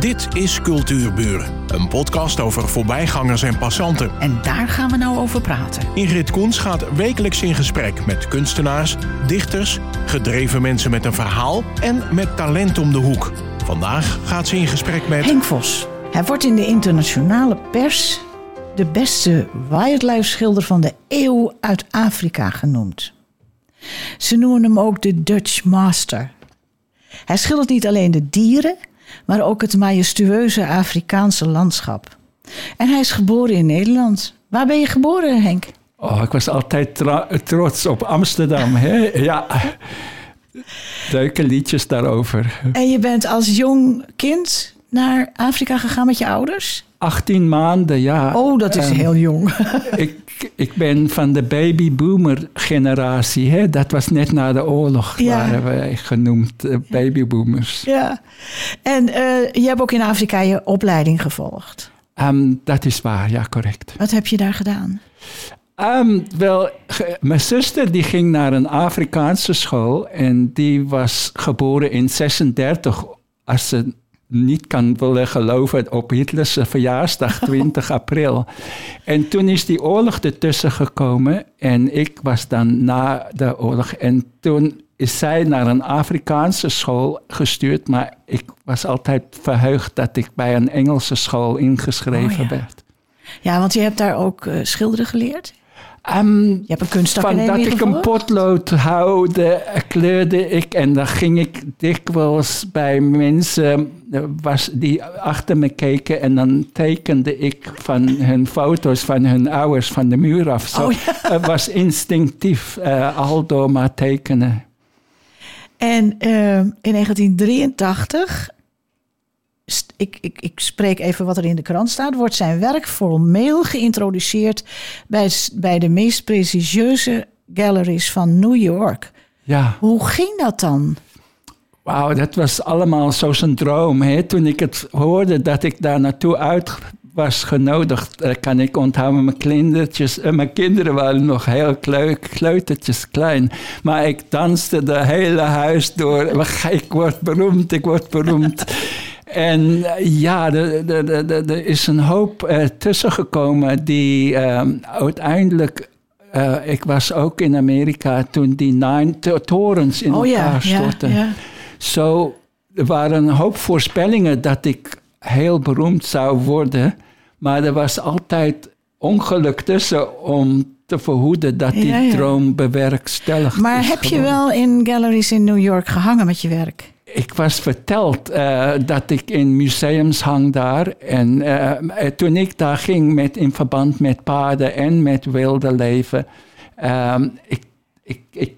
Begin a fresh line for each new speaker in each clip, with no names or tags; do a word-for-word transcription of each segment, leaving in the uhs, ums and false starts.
Dit is Cultuurburen, een podcast over voorbijgangers en passanten.
En daar gaan we nou over praten.
Ingrid Koens gaat wekelijks in gesprek met kunstenaars, dichters, gedreven mensen met een verhaal en met talent om de hoek. Vandaag gaat ze in gesprek met
Henk Vos. Hij wordt in de internationale pers de beste wildlife schilder van de eeuw uit Afrika genoemd. Ze noemen hem ook de Dutch Master. Hij schildert niet alleen de dieren, maar ook het majestueuze Afrikaanse landschap. En hij is geboren in Nederland. Waar ben je geboren, Henk?
Oh, ik was altijd tra- trots op Amsterdam. Hè? Ja, leuke liedjes daarover.
En je bent als jong kind naar Afrika gegaan met je ouders?
achttien maanden, ja.
Oh, dat is um, heel jong.
ik, ik ben van de babyboomer generatie. Hè? Dat was net na de oorlog, ja. Waren wij genoemd uh, babyboomers.
Ja, en uh, je hebt ook in Afrika je opleiding gevolgd.
Um, dat is waar, ja, correct.
Wat heb je daar gedaan?
Um, wel, ge, mijn zuster die ging naar een Afrikaanse school en die was geboren in zesendertig, als ze niet kan willen geloven, op Hitlers verjaarsdag, twintig april. En toen is die oorlog ertussen gekomen en ik was dan na de oorlog. En toen is zij naar een Afrikaanse school gestuurd, maar ik was altijd verheugd dat ik bij een Engelse school ingeschreven oh, ja. werd.
Ja, want je hebt daar ook uh, schilderen geleerd?
Um,
je hebt een kunstacademie
Van dat ik
gevolgd?
een potlood houden, kleurde ik en dan ging ik dikwijls bij mensen was die achter me keken en dan tekende ik van hun foto's van hun ouders van de muur af. Zo, oh, ja. Het was instinctief, uh, al door maar tekenen.
En uh, in negentien drieëntachtig, st- ik, ik, ik spreek even wat er in de krant staat, wordt zijn werk formeel geïntroduceerd bij, bij de meest prestigieuze galleries van New York.
Ja.
Hoe ging dat dan?
Wauw, dat was allemaal zo'n droom. Hè? Toen ik het hoorde dat ik daar naartoe uit was genodigd, uh, kan ik onthouden, mijn kindertjes, uh, mijn kinderen waren nog heel kleu- kleutertjes klein. Maar ik danste de hele huis door. Ik word beroemd, ik word beroemd. En uh, ja, er is een hoop uh, tussengekomen die uh, uiteindelijk... Uh, ik was ook in Amerika toen die nine to- torens in
oh,
elkaar
ja,
stortten.
Ja, ja.
Zo, er waren een hoop voorspellingen dat ik heel beroemd zou worden. Maar er was altijd ongeluk tussen om te verhoeden dat die ja, ja. droom bewerkstelligd
maar
is.
Maar heb
geworden.
je wel in galleries in New York gehangen met je werk?
Ik was verteld uh, dat ik in museums hang daar. En uh, toen ik daar ging met, in verband met paarden en met wilde leven. Um, ik, ik, ik,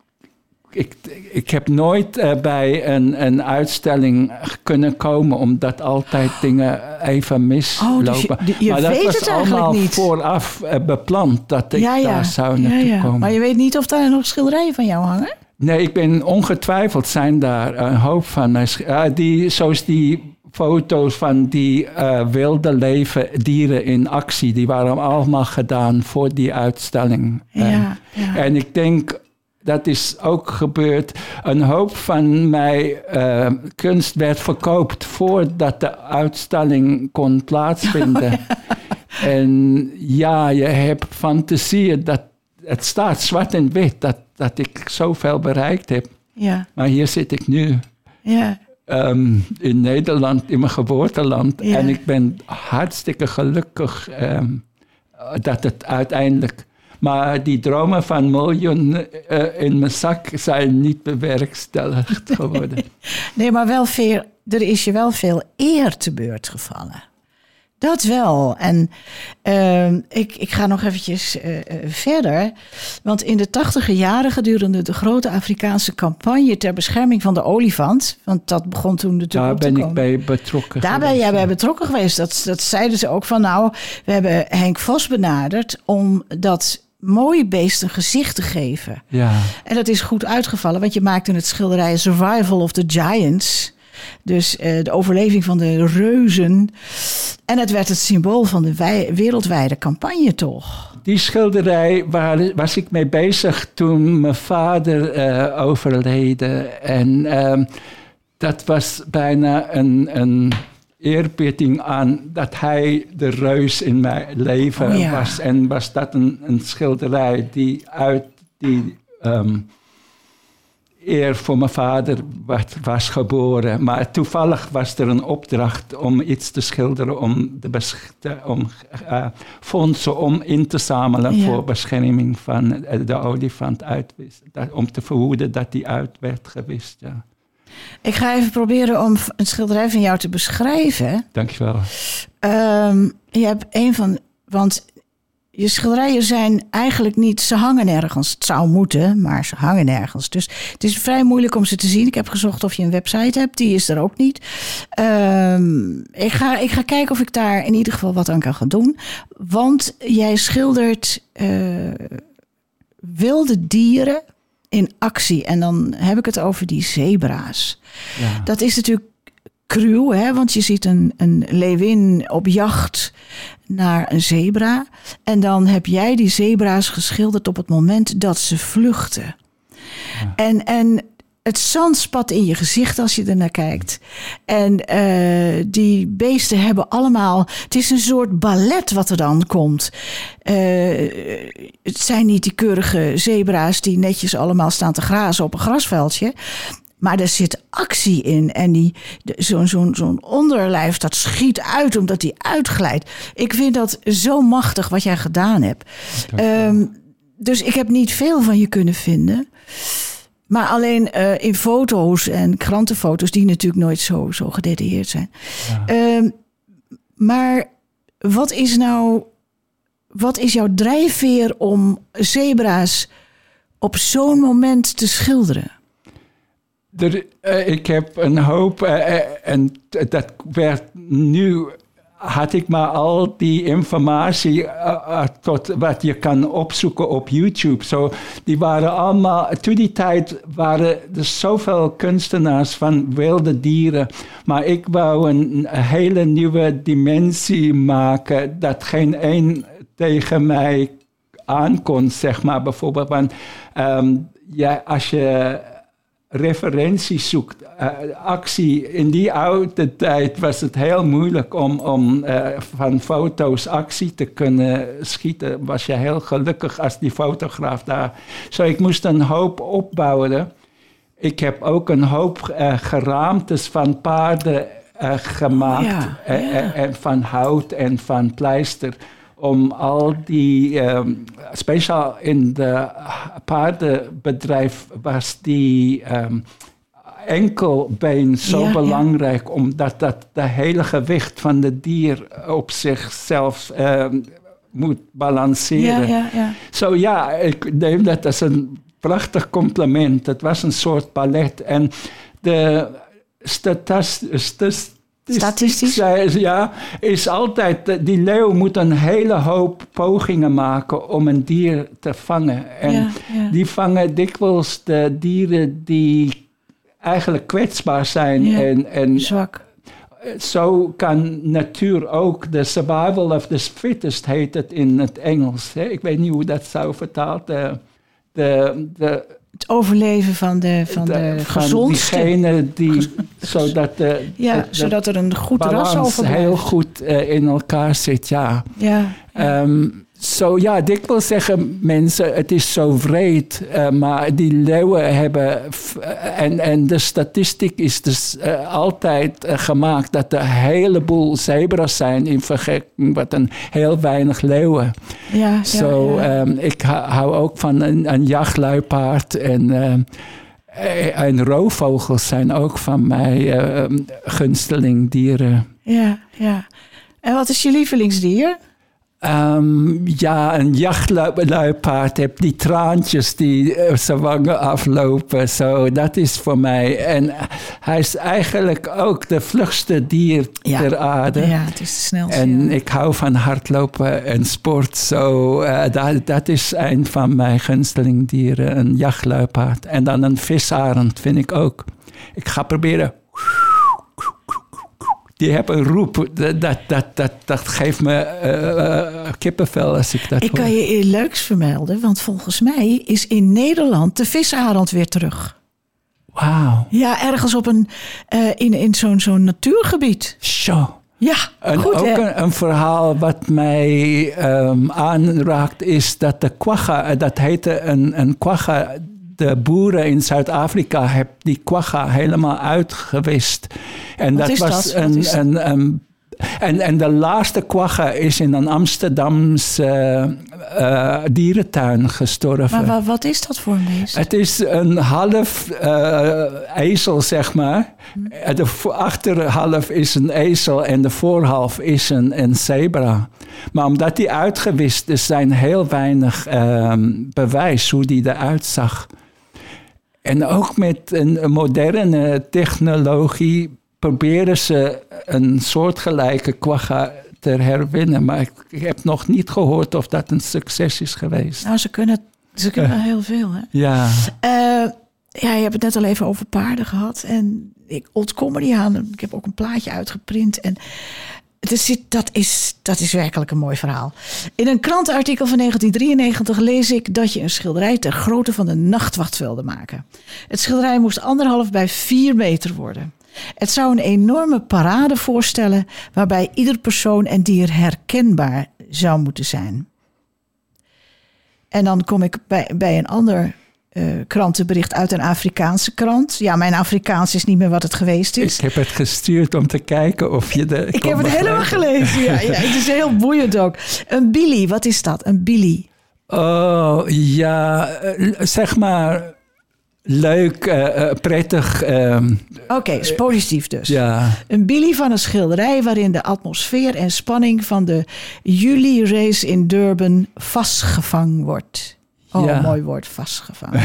ik, ik heb nooit uh, bij een, een uitstelling kunnen komen, omdat altijd dingen even mislopen.
Oh, dus je, je
maar dat
weet
was
het
allemaal
niet.
vooraf uh, bepland dat ik
ja, ja.
daar zou
ja,
naartoe
ja.
komen.
Maar je weet niet of daar nog schilderijen van jou hangen?
Nee, ik ben ongetwijfeld zijn daar een hoop van. Uh, die, zoals die foto's van die uh, wilde leven dieren in actie. Die waren allemaal gedaan voor die uitstelling.
Ja,
ja. En ik denk, dat is ook gebeurd. Een hoop van mijn uh, kunst werd verkoopt voordat de uitstelling kon plaatsvinden. Oh, ja. En ja, je hebt fantasieën dat het staat zwart en wit dat, dat ik zoveel bereikt heb.
Ja.
Maar hier zit ik nu.
Ja.
Um, in Nederland, in mijn geboorteland.
Ja.
En ik ben hartstikke gelukkig um, dat het uiteindelijk... Maar die dromen van miljoen uh, in mijn zak zijn niet bewerkstelligd geworden.
Nee, nee, maar wel veel, er is je wel veel eer te beurt gevallen. Dat wel. En uh, ik, ik ga nog eventjes uh, verder. Want in de tachtiger jaren gedurende de grote Afrikaanse campagne ter bescherming van de olifant. Want dat begon toen natuurlijk op te komen.
Daar ben ik bij betrokken
Daar
geweest.
ben jij bij betrokken geweest. Dat, dat zeiden ze ook van nou, we hebben Henk Vos benaderd om dat mooie beest een gezicht te geven.
Ja.
En dat is goed uitgevallen, want je maakte het schilderij Survival of the Giants. Dus uh, de overleving van de reuzen. En het werd het symbool van de wij- wereldwijde campagne toch?
Die schilderij waar, was ik mee bezig toen mijn vader uh, overleden. En uh, dat was bijna een, een eerbiediging aan dat hij de reus in mijn leven
oh, ja.
was. En was dat een, een schilderij die uit die um, eer voor mijn vader was geboren. Maar toevallig was er een opdracht om iets te schilderen, om, de besch- om uh, fondsen om in te zamelen ja. voor bescherming van de olifant uitwist. Dat, om te verhoeden dat die uit werd gewist, ja.
Ik ga even proberen om een schilderij van jou te beschrijven.
Dankjewel.
Um, je hebt een van... Want je schilderijen zijn eigenlijk niet... Ze hangen nergens. Het zou moeten, maar ze hangen nergens. Dus het is vrij moeilijk om ze te zien. Ik heb gezocht of je een website hebt. Die is er ook niet. Um, ik, ga, ik ga kijken of ik daar in ieder geval wat aan kan gaan doen. Want jij schildert uh, wilde dieren in actie. En dan heb ik het over die zebra's. Ja. Dat is natuurlijk cruel, hè? Want je ziet een, een leeuwin op jacht naar een zebra. En dan heb jij die zebra's geschilderd op het moment dat ze vluchten. Ja. En, en het zand spat in je gezicht als je er naar kijkt. En uh, die beesten hebben allemaal... Het is een soort ballet wat er dan komt. Uh, het zijn niet die keurige zebra's die netjes allemaal staan te grazen op een grasveldje. Maar er zit actie in. En die, zo'n, zo'n, zo'n onderlijf dat schiet uit omdat die uitglijdt. Ik vind dat zo machtig wat jij gedaan hebt. Um, dus ik heb niet veel van je kunnen vinden. Maar alleen uh, in foto's en krantenfoto's die natuurlijk nooit zo, zo gedetailleerd zijn. Ja. Um, maar wat is nou... Wat is jouw drijfveer om zebra's op zo'n moment te schilderen?
Er, uh, ik heb een hoop, uh, en dat werd nu, had ik maar al die informatie uh, uh, tot wat je kan opzoeken op YouTube. So, die waren allemaal, toen die tijd waren er zoveel kunstenaars van wilde dieren. Maar ik wou een, een hele nieuwe dimensie maken dat geen één tegen mij aankon, zeg maar. Bijvoorbeeld, want um, ja, als je referenties zoekt, uh, actie. In die oude tijd was het heel moeilijk om, om uh, van foto's actie te kunnen schieten. Was je heel gelukkig als die fotograaf daar. Zo, ik moest een hoop opbouwen. Ik heb ook een hoop uh, geraamtes van paarden uh, gemaakt. Ja, ja. Uh, uh, van hout en van pleister. Om al die, um, speciaal in de paardenbedrijf was die um, enkelbeen zo ja, belangrijk, ja. omdat dat de hele gewicht van het dier op zichzelf um, moet balanceren. Ja, ja, ja. Zo ja, ik neem dat als een prachtig compliment. Het was een soort ballet. En de statistisch
Statistisch?
Ja, is altijd, die leeuw moet een hele hoop pogingen maken om een dier te vangen. En ja, ja. die vangen dikwijls de dieren die eigenlijk kwetsbaar zijn.
Ja,
en, en
zwak.
Zo kan natuur ook, de survival of the fittest heet het in het Engels. Hè? Ik weet niet hoe dat zou vertaald. De, de, de,
Het overleven van de, van de, de gezondste.
Diegene die, zodat, de,
ja,
de, de
zodat er een goed ras overblijft.
Heel goed uh, in elkaar zit, ja.
ja, ja.
Um, zo ja, dikwijls zeggen mensen, het is zo wreed, uh, maar die leeuwen hebben, uh, en, en de statistiek is dus uh, altijd uh, gemaakt dat er een heleboel zebra's zijn in vergelijking met een heel weinig leeuwen.
Ja,
zo,
ja, ja.
Um, ik hou ook van een, een jachtluipaard en... Uh, En roofvogels zijn ook van mij uh, gunstelingdieren.
Ja, ja. En wat is je lievelingsdier?
Um, ja, een jachtluipaard heeft die traantjes die uh, zijn wangen aflopen. So, dat is voor mij. En hij is eigenlijk ook de vlugste dier
ja.
ter aarde.
Ja, het is de snelste.
En
ja.
ik hou van hardlopen en sport. So, uh, dat, dat is een van mijn gunstelingdieren, een jachtluipaard. En dan een visarend vind ik ook. Ik ga proberen... Die hebben een roep, dat, dat, dat, dat geeft me uh, uh, kippenvel als ik dat
Ik
hoor.
kan je iets leuks vermelden, want volgens mij is in Nederland de visarend weer terug.
Wauw.
Ja, ergens op een, uh, in, in zo'n, zo'n natuurgebied.
Zo.
Ja,
en
goed,
ook
hè?
Een, een verhaal wat mij um, aanraakt is dat de quagga, dat heette een, een quagga. De boeren in Zuid-Afrika hebben die quagga helemaal uitgewist. En
wat
dat
is
was
dat?
een,
Wat is dat?
een, een En, en de laatste quagga is in een Amsterdamse uh, uh, dierentuin gestorven.
Maar wat is dat voor een beest?
Het is een half uh, ezel, zeg maar. Hmm. De achterhalf is een ezel en de voorhalf is een, een zebra. Maar omdat die uitgewist is, zijn heel weinig uh, bewijs hoe die eruit zag. En ook met een, een moderne technologie proberen ze een soortgelijke quagga te herwinnen. Maar ik, ik heb nog niet gehoord of dat een succes is geweest.
Nou, ze kunnen, ze kunnen uh, heel veel, hè?
Ja.
Uh, ja, je hebt het net al even over paarden gehad. En ik ontkom er niet aan. Ik heb ook een plaatje uitgeprint. En het is, dat, is, dat is werkelijk een mooi verhaal. In een krantenartikel van negentien drieënnegentig lees ik dat je een schilderij ter grootte van de Nachtwacht wilde maken. Het schilderij moest anderhalf bij vier meter worden. Het zou een enorme parade voorstellen waarbij ieder persoon en dier herkenbaar zou moeten zijn. En dan kom ik bij, bij een ander uh, krantenbericht uit een Afrikaanse krant. Ja, mijn Afrikaans is niet meer wat het geweest is.
Ik heb het gestuurd om te kijken of je de...
Ik heb het helemaal gelezen, ja, ja. Het is heel boeiend ook. Een Billy, wat is dat? Een Billy?
Oh, ja, zeg maar... Leuk, uh, prettig. Uh,
Oké, okay, is positief dus.
Ja.
Een Billy van een schilderij waarin de atmosfeer en spanning van de juli-race in Durban vastgevangen wordt. Oh, ja. Mooi woord, vastgevangen.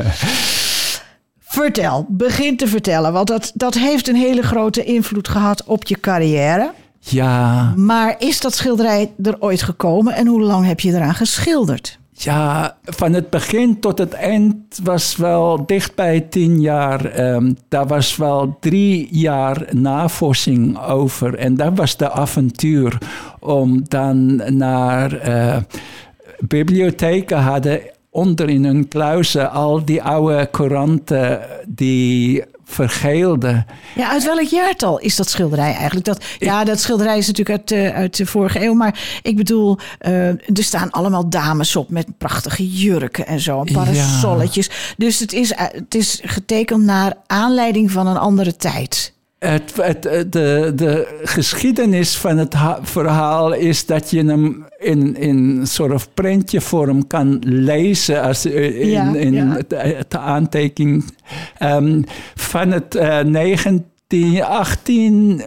Vertel, begin te vertellen, want dat, dat heeft een hele grote invloed gehad op je carrière.
Ja.
Maar is dat schilderij er ooit gekomen en hoe lang heb je eraan geschilderd?
Ja, van het begin tot het eind was wel dicht bij tien jaar. Um, daar was wel drie jaar navorsing over. En dat was de avontuur om dan naar uh, bibliotheken hadden onder in hun kluizen al die oude couranten die vergeelden.
Ja, uit welk jaartal is dat schilderij eigenlijk? Dat, ja, dat schilderij is natuurlijk uit, uh, uit de vorige eeuw. Maar ik bedoel, uh, er staan allemaal dames op met prachtige jurken en zo. En parasolletjes. Ja. Dus het is, het is getekend naar aanleiding van een andere tijd.
Het, het, de, de geschiedenis van het ha- verhaal is dat je hem in, in soort of printjevorm kan lezen als in,
ja,
in
ja.
de aantekening um, van het uh, negentien, achttien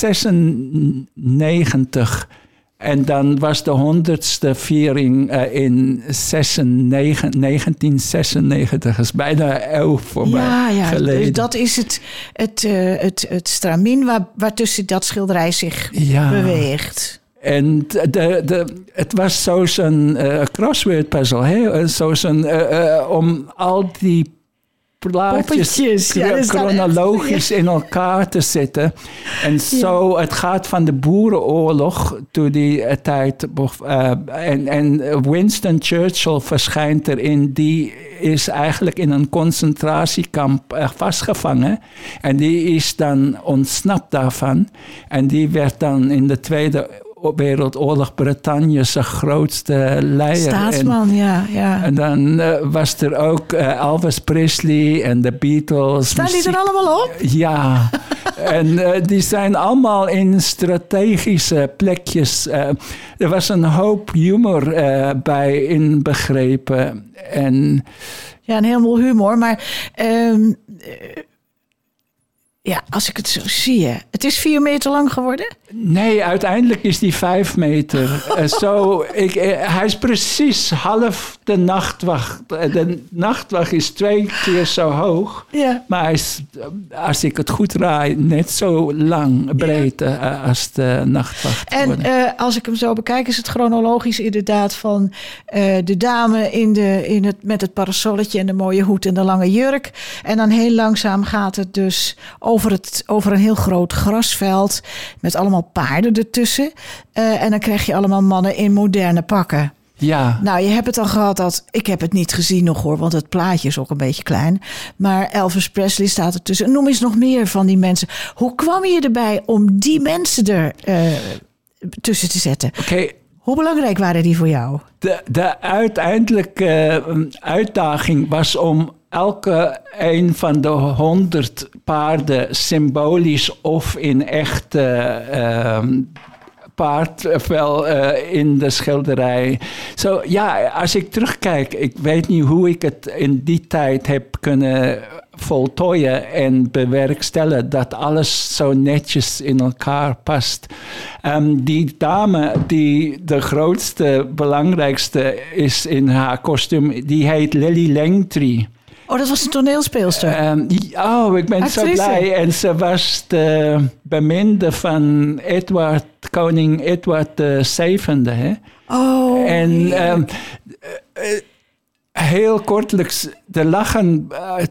zesennegentig. En dan was de honderdste viering uh, in negentien zesennegentig. Dat is bijna een eeuw voorbij
ja, ja.
geleden.
Dus dat is het, het, uh, het, het stramien waar, waartussen dat schilderij zich
ja.
beweegt.
En de, de, het was zo'n uh, crossword puzzle. Hè? Zo'n, uh, uh, om al die plaatjes
ja,
chronologisch in elkaar te zetten. En zo, ja. Het gaat van de boerenoorlog toen die uh, tijd. Uh, en, en Winston Churchill verschijnt erin. Die is eigenlijk in een concentratiekamp uh, vastgevangen. En die is dan ontsnapt daarvan. En die werd dan in de Tweede Wereldoorlog Brittannië's grootste leider.
Staatsman, en, ja, ja.
En dan uh, was er ook uh, Elvis Presley en de Beatles.
Staan
muziek.
die er allemaal op?
Ja. En uh, die zijn allemaal in strategische plekjes. Uh, er was een hoop humor uh, bij inbegrepen. En,
ja, een heleboel humor. Maar um, uh, ja, als ik het zo zie, hè. Het is vier meter lang geworden?
Nee, uiteindelijk is die vijf meter. uh, zo, ik, uh, hij is precies half de nachtwacht. De nachtwacht is twee keer zo hoog.
Ja.
Maar hij is, als ik het goed raai, net zo lang breed ja. uh, als de nachtwacht.
En uh, als ik hem zo bekijk, is het chronologisch inderdaad van uh, de dame in de, in het, met het parasolletje en de mooie hoed en de lange jurk. En dan heel langzaam gaat het dus over, het, over een heel groot grasveld met allemaal paarden ertussen. Uh, en dan krijg je allemaal mannen in moderne pakken.
Ja.
Nou, je hebt het al gehad dat... Ik heb het niet gezien nog hoor, want het plaatje is ook een beetje klein. Maar Elvis Presley staat er tussen. Noem eens nog meer van die mensen. Hoe kwam je erbij om die mensen er uh, tussen te zetten?
Oké. Okay.
Hoe belangrijk waren die voor jou?
De, de uiteindelijke uh, uitdaging was om elke een van de honderd paarden symbolisch of in echte uh, paardvel uh, in de schilderij. So, ja, als ik terugkijk, ik weet niet hoe ik het in die tijd heb kunnen voltooien en bewerkstelligen dat alles zo netjes in elkaar past. Um, die dame die de grootste, belangrijkste is in haar kostuum, die heet Lily Langtry.
Oh, dat was een toneelspeelster.
Um, oh, ik ben Actrice. Zo blij. En ze was de beminde van Edward, koning Edward de Zevende. Hè?
Oh,
en um, uh, heel kortelijks, de lachen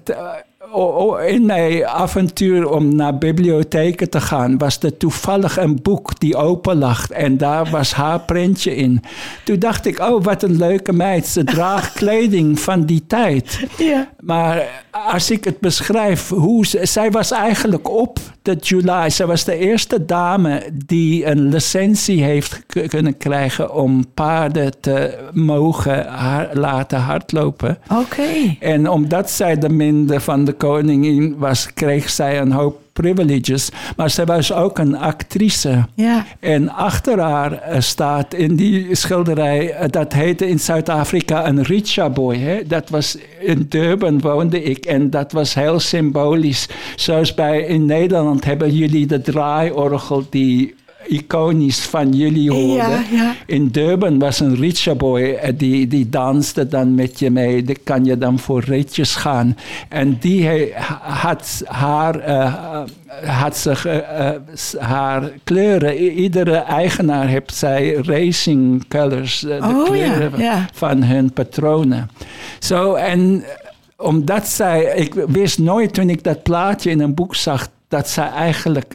uh, in mijn avontuur om naar bibliotheken te gaan, was er toevallig een boek die open lag en daar was haar printje in. Toen dacht ik, oh, wat een leuke meid. Ze draagt kleding van die tijd.
Ja.
Maar als ik het beschrijf, hoe ze, zij was eigenlijk op de July. Zij was de eerste dame die een licentie heeft k- kunnen krijgen om paarden te mogen haar, laten hardlopen.
Oké. Okay.
En omdat zij de minde van de koningin was, kreeg zij een hoop privileges. Maar zij was ook een actrice.
Ja.
En achter haar staat in die schilderij, dat heette in Zuid-Afrika een Richaboy. Hè? Dat was in Durban woonde ik en dat was heel symbolisch. Zoals bij in Nederland hebben jullie de draaiorgel die iconisch van jullie hoorden.
Ja, ja.
In Durban was een Richaboy, die, die danste dan met je mee. Die kan je dan voor ritjes gaan. En die he, had haar, uh, had zich, uh, uh, haar kleuren. Iedere eigenaar heeft zij racing colors, uh, de
oh,
kleuren
ja, ja.
van hun patronen. So, en omdat zij, ik wist nooit toen ik dat plaatje in een boek zag, dat zij eigenlijk,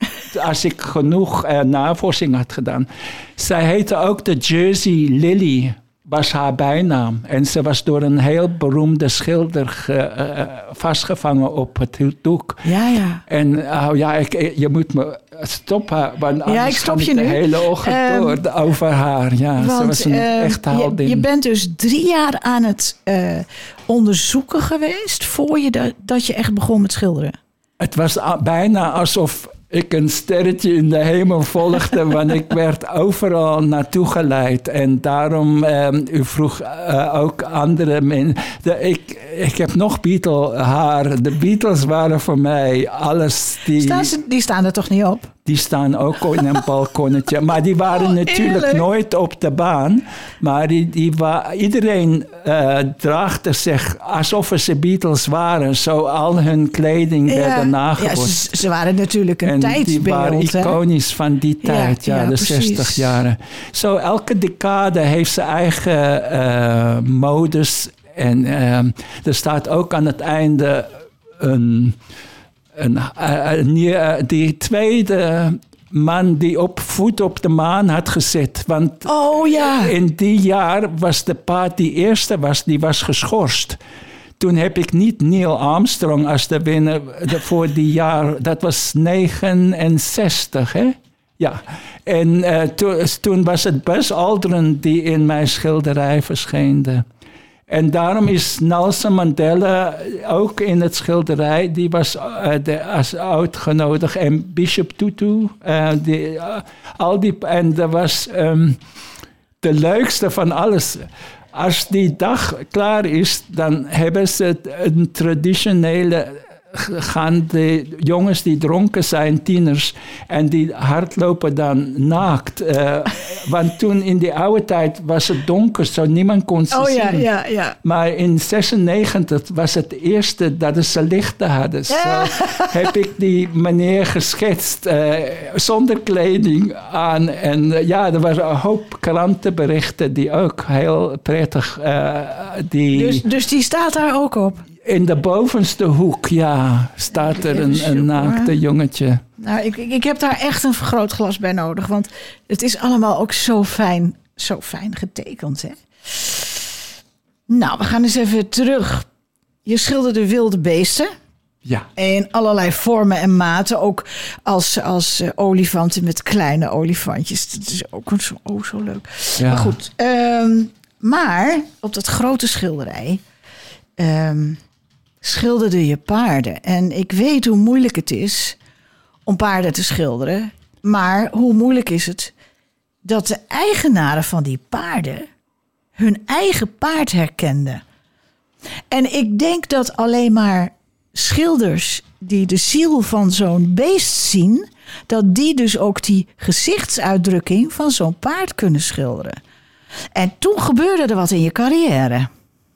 als ik genoeg uh, navorsing had gedaan. Zij heette ook de Jersey Lily, was haar bijnaam. En ze was door een heel beroemde schilder ge, uh, vastgevangen op het doek.
Ja, ja.
En uh, ja, ik, je moet me stoppen, want anders
ja, ik stop
ga
je
ik de
nu.
hele ochtend um, door over haar. Ja,
want,
ze was een
uh,
echte heldin.
Je, je bent dus drie jaar aan het uh, onderzoeken geweest voor je dat, dat je echt begon met schilderen.
Het was bijna alsof ik een sterretje in de hemel volgde, want ik werd overal naartoe geleid. En daarom, um, u vroeg uh, ook andere mensen. Ik, ik heb nog Beatle haar. De Beatles waren voor mij alles. Die,
staan ze, die staan er toch niet op?
Die staan ook in een balkonnetje. Maar die waren
oh,
natuurlijk
eerlijk?
nooit op de baan. Maar die, die wa- iedereen uh, draagde zich alsof ze Beatles waren. Zo al hun kleding
ja,
werden nagebootst.
Ja, ze, ze waren natuurlijk een
en
tijdsbeeld.
Die waren iconisch
hè?
van die tijd, ja, ja, ja de precies. zestig jaren. Zo elke decade heeft zijn eigen uh, modus. En uh, er staat ook aan het einde een... Een, uh, uh, die tweede man die op voet op de maan had gezet. Want
oh, ja.
in die jaar was de paard die eerste was, die was geschorst. Toen heb ik niet Neil Armstrong als de winnaar voor die jaar. Dat was negenenzestig, hè? Ja. En uh, to, toen was het Buzz Aldrin die in mijn schilderij verscheen. En daarom is Nelson Mandela ook in het schilderij, die was uh, de, als uitgenodigd. En Bishop Tutu, uh, die, uh, al die, en dat was um, de leukste van alles. Als die dag klaar is, dan hebben ze een traditionele, gaan de jongens die dronken zijn, tieners, en die hardlopen dan naakt. Uh, want toen in die oude tijd was het donker, zo niemand kon ze
oh,
zien.
Ja, ja, ja.
Maar in zesennegentig was het eerste dat ze lichten hadden. Zo
ja.
heb ik die meneer geschetst, uh, zonder kleding aan. En uh, ja, er waren een hoop krantenberichten die ook heel prettig... Uh, die
dus, dus die staat daar ook op?
In de bovenste hoek, ja, staat er een, een naakte jongetje.
Nou, ik, ik heb daar echt een vergrootglas bij nodig. Want het is allemaal ook zo fijn Zo fijn getekend, hè? Nou, we gaan eens even terug. Je schilderde wilde beesten.
Ja.
In allerlei vormen en maten. Ook als, als uh, olifanten met kleine olifantjes. Dat is ook zo, oh, zo leuk.
Ja.
Maar goed. Um, maar op dat grote schilderij um, schilderde je paarden. En ik weet hoe moeilijk het is om paarden te schilderen. Maar hoe moeilijk is het dat de eigenaren van die paarden hun eigen paard herkenden. En ik denk dat alleen maar schilders die de ziel van zo'n beest zien, dat die dus ook die gezichtsuitdrukking van zo'n paard kunnen schilderen. En toen gebeurde er wat in je carrière.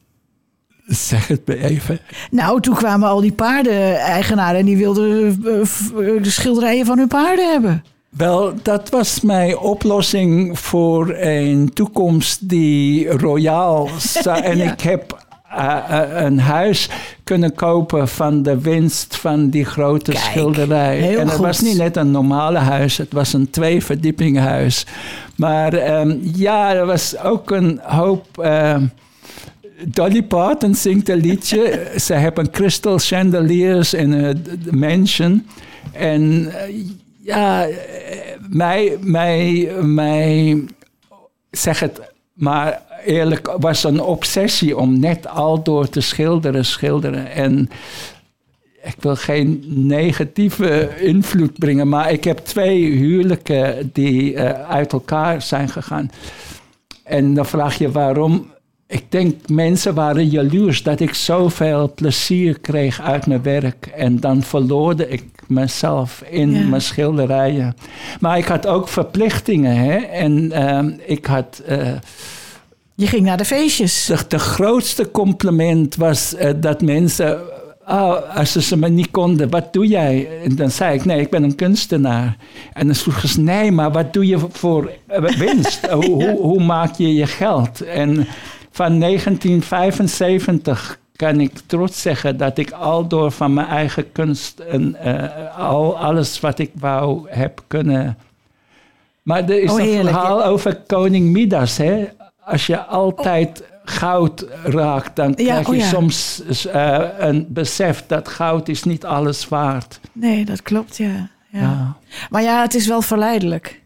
Zeg het me even.
Nou, toen kwamen al die paardeneigenaren en die wilden de schilderijen van hun paarden hebben.
Wel, dat was mijn oplossing voor een toekomst die royaal zou. En ja. Ik heb uh, uh, een huis kunnen kopen van de winst van die grote
Kijk,
schilderij. En het
goed.
was niet net een normale huis, het was een twee-verdiepinghuis. Maar um, ja, er was ook een hoop. Uh, Dolly Parton zingt een liedje. Ze hebben crystal chandeliers in een mansion. En uh, ja, mij, mij, mij, zeg het maar eerlijk, was een obsessie om net al door te schilderen, schilderen. En ik wil geen negatieve invloed brengen, maar ik heb twee huwelijken die uh, uit elkaar zijn gegaan. En dan vraag je waarom. Ik denk, mensen waren jaloers dat ik zoveel plezier kreeg uit mijn werk. En dan verloorde ik mezelf in ja. mijn schilderijen. Maar ik had ook verplichtingen. Hè? En uh, ik had... Uh,
Je ging naar de feestjes.
De, de grootste compliment was uh, dat mensen... Oh, als ze me niet konden, wat doe jij? En dan zei ik, nee, ik ben een kunstenaar. En dan vroegen ze, nee, maar wat doe je voor winst? hoe, ja. hoe, hoe maak je je geld? En... Van negentien vijfenzeventig kan ik trots zeggen dat ik al door van mijn eigen kunst en uh, al alles wat ik wou heb kunnen. Maar er is oh, een heerlijk. verhaal over koning Midas. Hè? Als je altijd oh. goud raakt, dan ja, krijg je oh, ja. soms uh, een besef dat goud is niet alles waard.
Nee, dat klopt, ja. ja.
ja.
Maar ja, het is wel verleidelijk.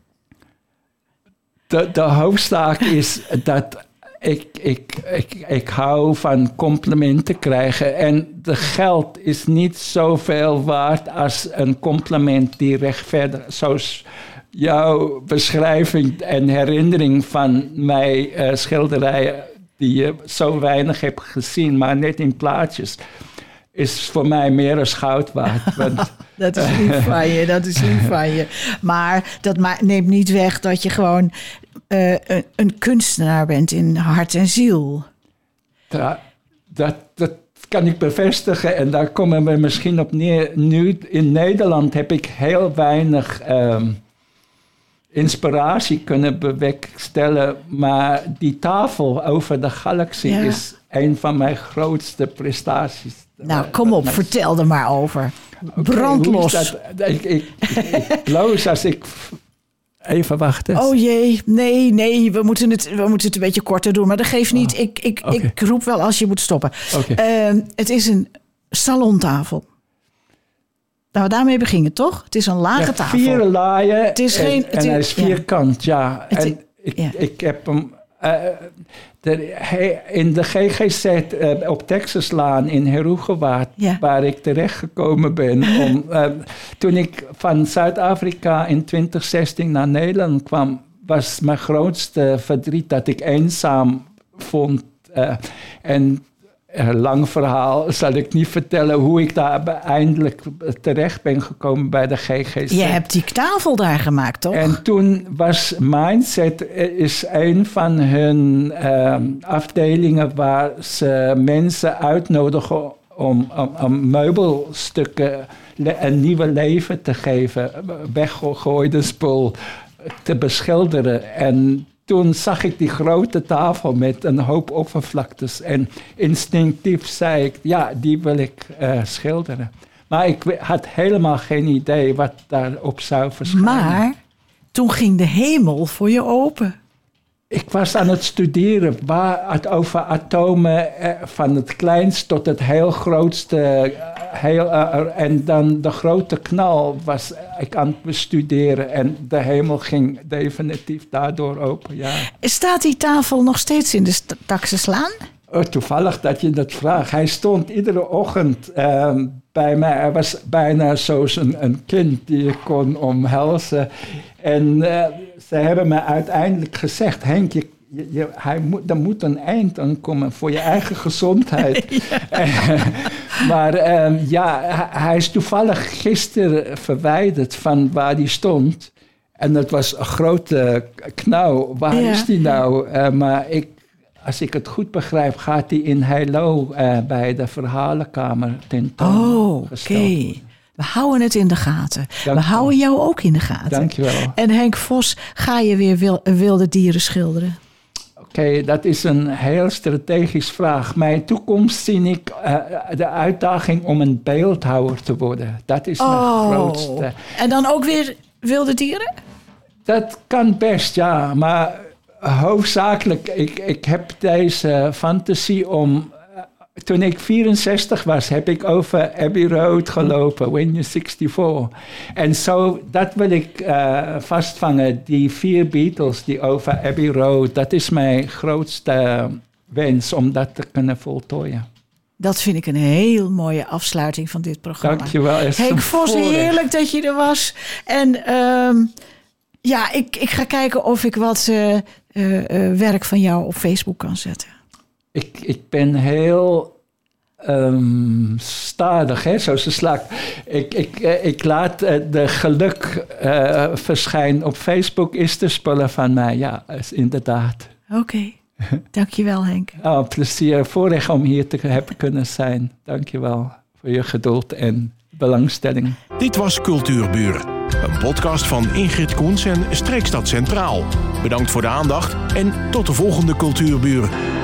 De, de hoofdzaak is dat... Ik, ik, ik, ik hou van complimenten krijgen. En de geld is niet zoveel waard als een compliment die rechtvaardig... Zoals jouw beschrijving en herinnering van mijn uh, schilderijen... die je zo weinig hebt gezien, maar net in plaatjes... is voor mij meer als goud waard. Want,
dat is lief van je, dat is lief van je. Maar dat ma- neemt niet weg dat je gewoon... Uh, een, een kunstenaar bent in hart en ziel.
Da, dat, dat kan ik bevestigen. En daar komen we misschien op neer. Nu in Nederland heb ik heel weinig um, inspiratie kunnen bewerkstelligen. Maar die tafel over de galaxie ja. is een van mijn grootste prestaties.
Nou, kom op, vertel er maar over. Okay, brandlos.
Ik, ik, ik bloos als ik... Even wachten.
Oh jee, nee, nee, we moeten het, we moeten het een beetje korter doen. Maar dat geeft niet. Oh, ik, ik, okay. ik roep wel als je moet stoppen. Okay. Uh, het is een salontafel. Nou, daarmee beginnen, toch? Het is een lage ja, tafel.
Vier laaien
het is
en,
geen, het
en
is,
hij is vierkant, ja. ja.
Het,
en ik,
ja.
ik heb hem... Uh, de, in de G G Z uh, op Texaslaan in Herugewaard, ja. waar ik terechtgekomen ben. Om, uh, toen ik van Zuid-Afrika in twintig zestien naar Nederland kwam, was mijn grootste verdriet dat ik eenzaam vond. Uh, en een lang verhaal zal ik niet vertellen hoe ik daar eindelijk terecht ben gekomen bij de G G Z.
Je hebt die tafel daar gemaakt, toch?
En toen was Mindset is een van hun uh, afdelingen waar ze mensen uitnodigen om, om, om meubelstukken een nieuwe leven te geven, weggegooide spul te beschilderen. En toen zag ik die grote tafel met een hoop oppervlaktes. En instinctief zei ik, ja, die wil ik uh, schilderen. Maar ik had helemaal geen idee wat daarop zou verschijnen.
Maar toen ging de hemel voor je open.
Ik was aan het studeren waar het over atomen van het kleinst tot het heel grootste. Heel, uh, en dan de grote knal was ik aan het bestuderen. En de hemel ging definitief daardoor open, ja.
Staat die tafel nog steeds in de Taxislaan?
Oh, toevallig dat je dat vraagt. Hij stond iedere ochtend uh, bij mij. Hij was bijna zoals een, een kind die ik kon omhelzen. En uh, ze hebben me uiteindelijk gezegd... Henk, je, je, hij moet, er moet een eind aan komen voor je eigen gezondheid. Ja. Maar um, ja, hij is toevallig gisteren verwijderd van waar hij stond. En dat was een grote knauw. Waar ja, is die nou? Ja. Uh, maar ik, als ik het goed begrijp, gaat hij in Heilo uh, bij de verhalenkamer tentoongesteld.
Oh, oké. Okay. We houden het in de gaten.
Dank
we houden jou ook in de gaten.
Dank je wel.
En Henk Vos, ga je weer wil, wilde dieren schilderen?
Oké, okay, dat is een heel strategische vraag. Mijn toekomst zie ik uh, de uitdaging om een beeldhouwer te worden. Dat is
oh.
mijn grootste.
En dan ook weer wilde dieren?
Dat kan best, ja. Maar hoofdzakelijk, ik, ik heb deze fantasie om... Toen ik vierenzestig was, heb ik over Abbey Road gelopen, when you're sixty-four. En zo, dat wil ik uh, vastvangen, die vier Beatles die over Abbey Road. Dat is mijn grootste wens, om dat te kunnen voltooien.
Dat vind ik een heel mooie afsluiting van dit programma.
Dank je wel.
Henk Vos, heerlijk dat je er was. En um, ja, ik, ik ga kijken of ik wat uh, uh, uh, werk van jou op Facebook kan zetten.
Ik, ik ben heel um, stadig, hè, zoals ze slaat. Ik, ik, ik laat uh, de geluk uh, verschijnen op Facebook, is de spullen van mij. Ja, is inderdaad.
Oké, okay. Dankjewel Henk.
Oh, plezier, voorrecht om hier te hebben kunnen zijn. Dankjewel voor je geduld en belangstelling.
Dit was Cultuurburen, een podcast van Ingrid Koens en Streekstad Centraal. Bedankt voor de aandacht en tot de volgende Cultuurburen.